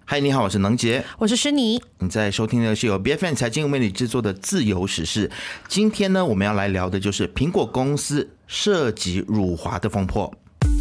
嗨，你好，我是能杰， 我是诗妮。 你在收听的是由 BFM 财经为你制作的自由时事。今天呢，我们要来聊的就是苹果公司涉及辱华的风波。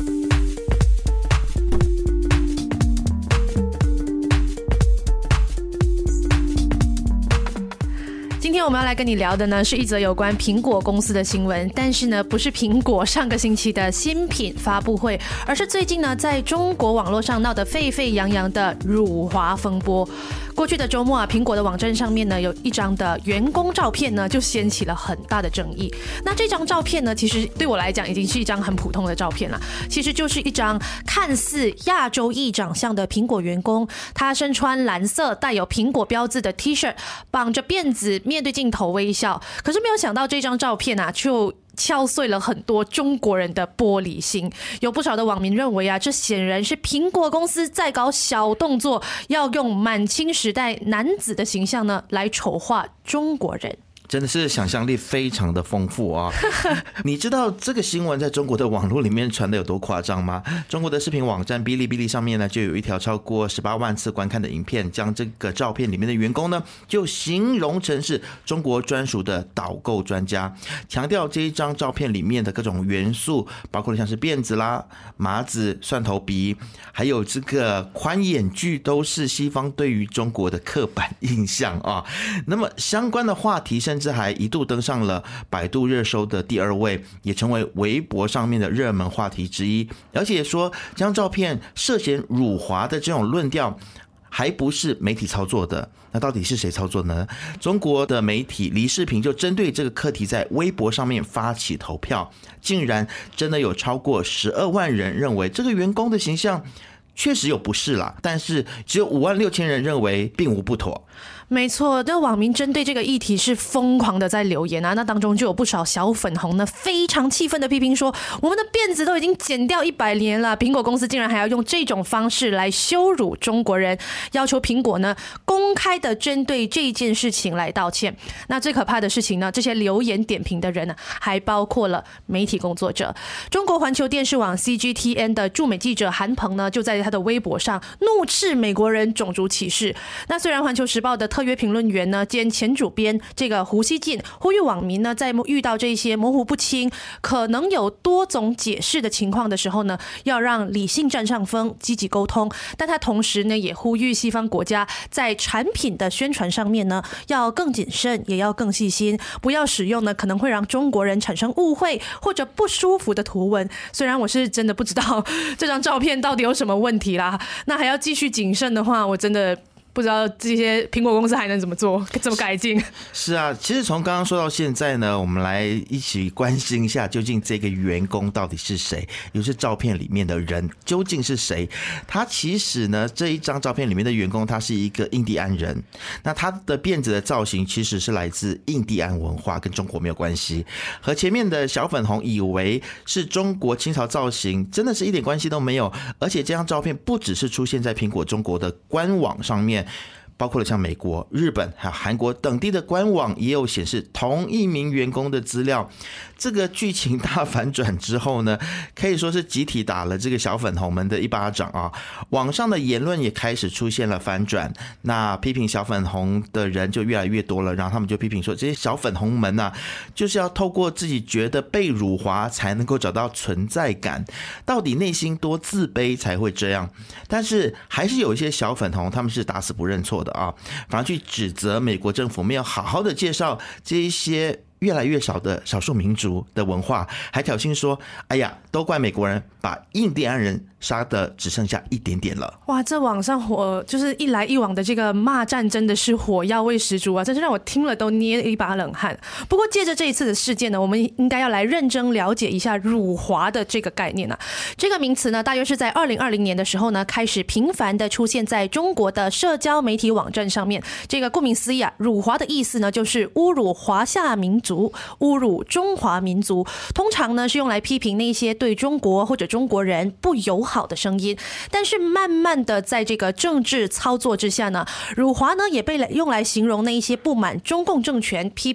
今天我们要来跟你聊的呢，是一则有关苹果公司的新闻，但是呢，不是苹果上个星期的新品发布会，而是最近呢，在中国网络上闹得沸沸扬扬的辱华风波。过去的周末啊，苹果的网站上面呢，有一张的员工照片呢，就掀起了很大的争议。那这张照片呢，其实对我来讲已经是一张很普通的照片了，其实就是一张看似亚洲裔长相的苹果员工，他身穿蓝色带有苹果标志的 T 恤，绑着辫子，面对镜头微笑。可是没有想到这张照片啊，就敲碎了很多中国人的玻璃心。有不少的网民认为啊，这显然是苹果公司在搞小动作，要用满清时代男子的形象呢来丑化中国人。 真的是想象力非常的丰富啊！你知道这个新闻在中国的网络里面传的有多夸张吗？中国的视频网站哔哩哔哩上面呢，就有一条超过18万次观看的影片，将这个照片里面的员工呢，就形容成是中国专属的导购专家，强调这一张照片里面的各种元素，包括像是辫子啦、麻子、蒜头鼻，还有这个宽眼距，都是西方对于中国的刻板印象啊。那么相关的话题甚至还一度登上了百度热搜的第2位，也成为微博上面的热门话题之一。而且说这张照片涉嫌辱华的这种论调还不是媒体操作的，那到底是谁操作呢？中国的媒体李世平就针对这个课题在微博上面发起投票，竟然真的有超过12万人认为这个员工的形象确实有不适啦，但是只有5万6千人认为并无不妥。 没错，这网民针对这个议题是疯狂的在留言啊，那当中就有不少小粉红呢，非常气愤的批评说，我们的辫子都已经剪掉100年了，苹果公司竟然还要用这种方式来羞辱中国人，要求苹果呢公开的针对这件事情来道歉。那最可怕的事情呢，这些留言点评的人呢，还包括了媒体工作者。中国环球电视网 CGTN 的驻美记者韩鹏呢，就在他的微博上怒斥美国人种族歧视。那虽然环球时报的特约评论员呢兼前主编这个胡锡进呼吁网民呢，在遇到这些模糊不清、可能有多种解释的情况的时候呢，要让理性占上风，积极沟通。但他同时呢，也呼吁西方国家在产品的宣传上面呢，要更谨慎，也要更细心，不要使用呢可能会让中国人产生误会或者不舒服的图文。虽然我是真的不知道这张照片到底有什么问题啦，那还要继续谨慎的话，我真的不知道这些苹果公司还能怎么做，怎么改进。 是啊，其实从刚刚说到现在呢，我们来一起关心一下，究竟这个员工到底是谁，也就是照片里面的人究竟是谁。他其实呢，这一张照片里面的员工，他是一个印第安人，那他的辫子的造型其实是来自印第安文化，跟中国没有关系。和前面的小粉红以为是中国清朝造型，真的是一点关系都没有。而且这张照片不只是出现在苹果中国的官网上面，包括了像美国、日本还有韩国等地的官网也有显示同一名员工的资料。这个剧情大反转之后呢，可以说是集体打了这个小粉红们的一巴掌啊！网上的言论也开始出现了反转，那批评小粉红的人就越来越多了，然后他们就批评说，这些小粉红们啊，就是要透过自己觉得被辱华才能够找到存在感，到底内心多自卑才会这样？但是还是有一些小粉红，他们是打死不认错的啊，反而去指责美国政府没有好好的介绍这一些越来越少的少数民族的文化，还挑衅说，哎呀，都怪美国人把印第安人杀的只剩下一点点了。 哇，这网上火就是一来一往的这个骂战真的是火药味十足啊，真是让我听了都捏一把冷汗。不过借着这一次的事件呢，我们应该要来认真了解一下辱华的这个概念啊。这个名词呢，大约是在2020年的时候呢，开始频繁的出现在中国的社交媒体网站上面。这个顾名思义啊，辱华的意思呢，就是侮辱华夏民族，侮辱中华民族，通常呢是用来批评那些对中国或者中国人不友好的声音。但是慢慢的在这个政治操作之下呢，辱华呢也被用来形容那一些不满中共政权、批评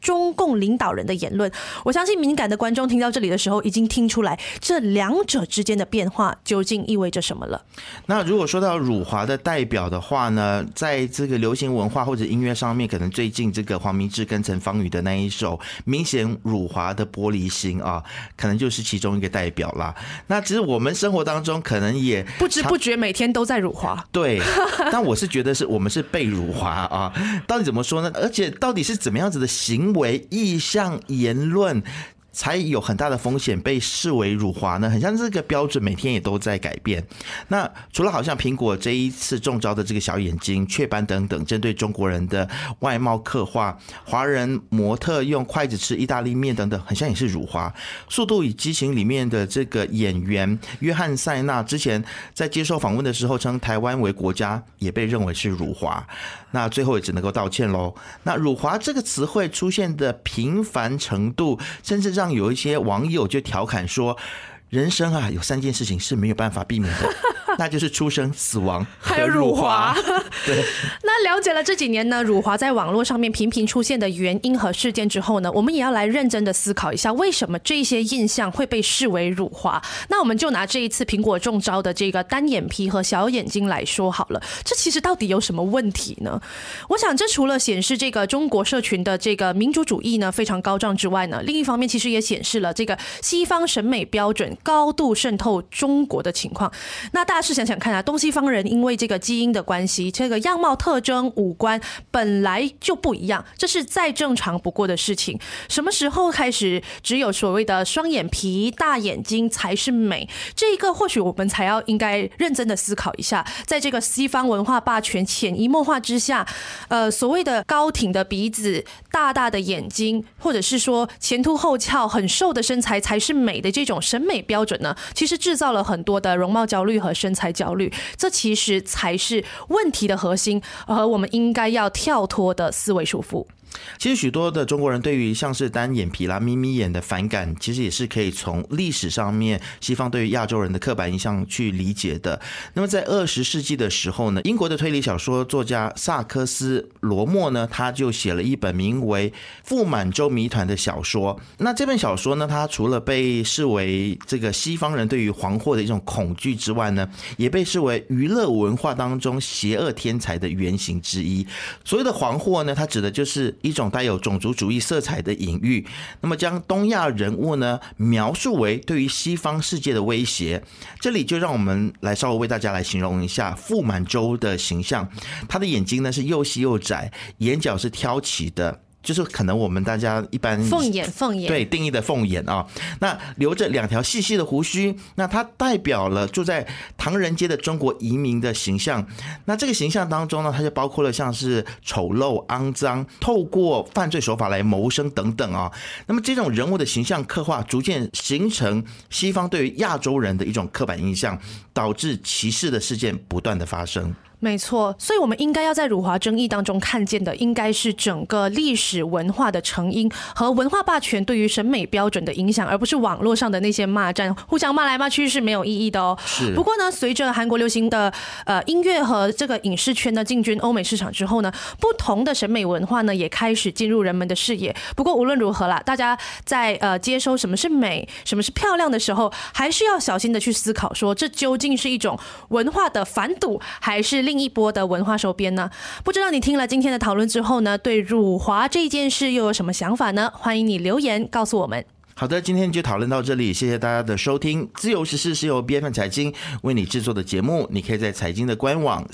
中共领导人的言论。我相信敏感的观众听到这里的时候，已经听出来这两者之间的变化究竟意味着什么了。 那如果说到辱华的代表的话呢，在这个流行文化或者音乐上面，可能最近这个黄明志跟陈芳语的那一首明显辱华的玻璃心啊，可能就是其中一个代表啦。那其实我们生活当中可能也不知不觉每天都在辱华。 对，但我是觉得我们是被辱华啊，到底怎么说呢？而且到底是怎么样子的行为、意向、言论才有很大的风险被视为辱华呢？很像这个标准每天也都在改变。那除了好像苹果这一次中招的这个小眼睛、雀斑等等，针对中国人的外貌刻画，华人模特用筷子吃意大利面等等，很像也是辱华。速度与激情里面的这个演员约翰塞纳之前在接受访问的时候称台湾为国家，也被认为是辱华。那最后也只能够道歉咯。那辱华这个词汇出现的频繁程度，甚至让有一些网友就调侃说，人生啊有3件事情是没有办法避免的，那就是出生、死亡还有辱华。 对， 那了解了这几年呢辱华在网络上面频频出现的原因和事件之后呢，我们也要来认真的思考一下，为什么这些印象会被视为辱华。那我们就拿这一次苹果中招的这个单眼皮和小眼睛来说好了，这其实到底有什么问题呢？我想这除了显示这个中国社群的这个民主主义呢非常高涨之外呢，另一方面其实也显示了这个西方审美标准高度渗透中国的情况。那大家试想想看啊，东西方人因为这个基因的关系，这个样貌特征、五官本来就不一样，这是再正常不过的事情。什么时候开始只有所谓的双眼皮、大眼睛才是美？这一个或许我们才要应该认真的思考一下，在这个西方文化霸权潜移默化之下，所谓的高挺的鼻子、大大的眼睛，或者是说前凸后翘、很瘦的身材才是美的这种审美标准呢，其实制造了很多的容貌焦虑和身材焦虑，这其实才是问题的核心，而我们应该要跳脱的思维束缚。 其实许多的中国人对于像是单眼皮啦、眯眯眼的反感，其实也是可以从历史上面西方对于亚洲人的刻板印象去理解的。那么在20世纪的时候呢，英国的推理小说作家萨科斯·罗默呢，他就写了一本名为《傅满洲谜团》的小说。那这本小说呢，它除了被视为这个西方人对于黄祸的一种恐惧之外呢，也被视为娱乐文化当中邪恶天才的原型之一。所谓的黄祸呢，它指的就是一种带有种族主义色彩的隐喻，那么将东亚人物呢描述为对于西方世界的威胁。这里就让我们来稍微为大家来形容一下傅满洲的形象。他的眼睛呢是又细又窄，眼角是挑起的，就是可能我们大家一般凤眼对定义的凤眼啊，那留着2条细细的胡须，那它代表了住在唐人街的中国移民的形象。那这个形象当中呢，它就包括了像是丑陋、肮脏，透过犯罪手法来谋生等等啊。那么这种人物的形象刻画，逐渐形成西方对于亚洲人的一种刻板印象，导致歧视的事件不断的发生。 没错，所以我们应该要在辱华争议当中看见的，应该是整个历史文化的成因和文化霸权对于审美标准的影响，而不是网络上的那些骂战，互相骂来骂去是没有意义的哦。不过呢，随着韩国流行的音乐和这个影视圈呢进军欧美市场之后呢，不同的审美文化呢也开始进入人们的视野。不过无论如何啦，大家在接收什么是美、什么是漂亮的时候，还是要小心的去思考说，这究竟是一种文化的反赌，还是另一波的文化收编呢？不知道你听了今天的讨论之后呢，对辱华这件事又有什么想法呢？欢迎你留言告诉我们。 好的，今天就讨论到这里，谢谢大家的收听。自由时事是由 BFM 财经为你制作的节目，你可以在财经的官网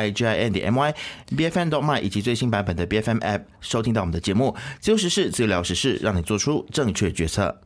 CAIGIN.MY、BFM.my 以及最新版本的 BFM App 收听到我们的节目。自由时事，自由聊时事，让你做出正确决策。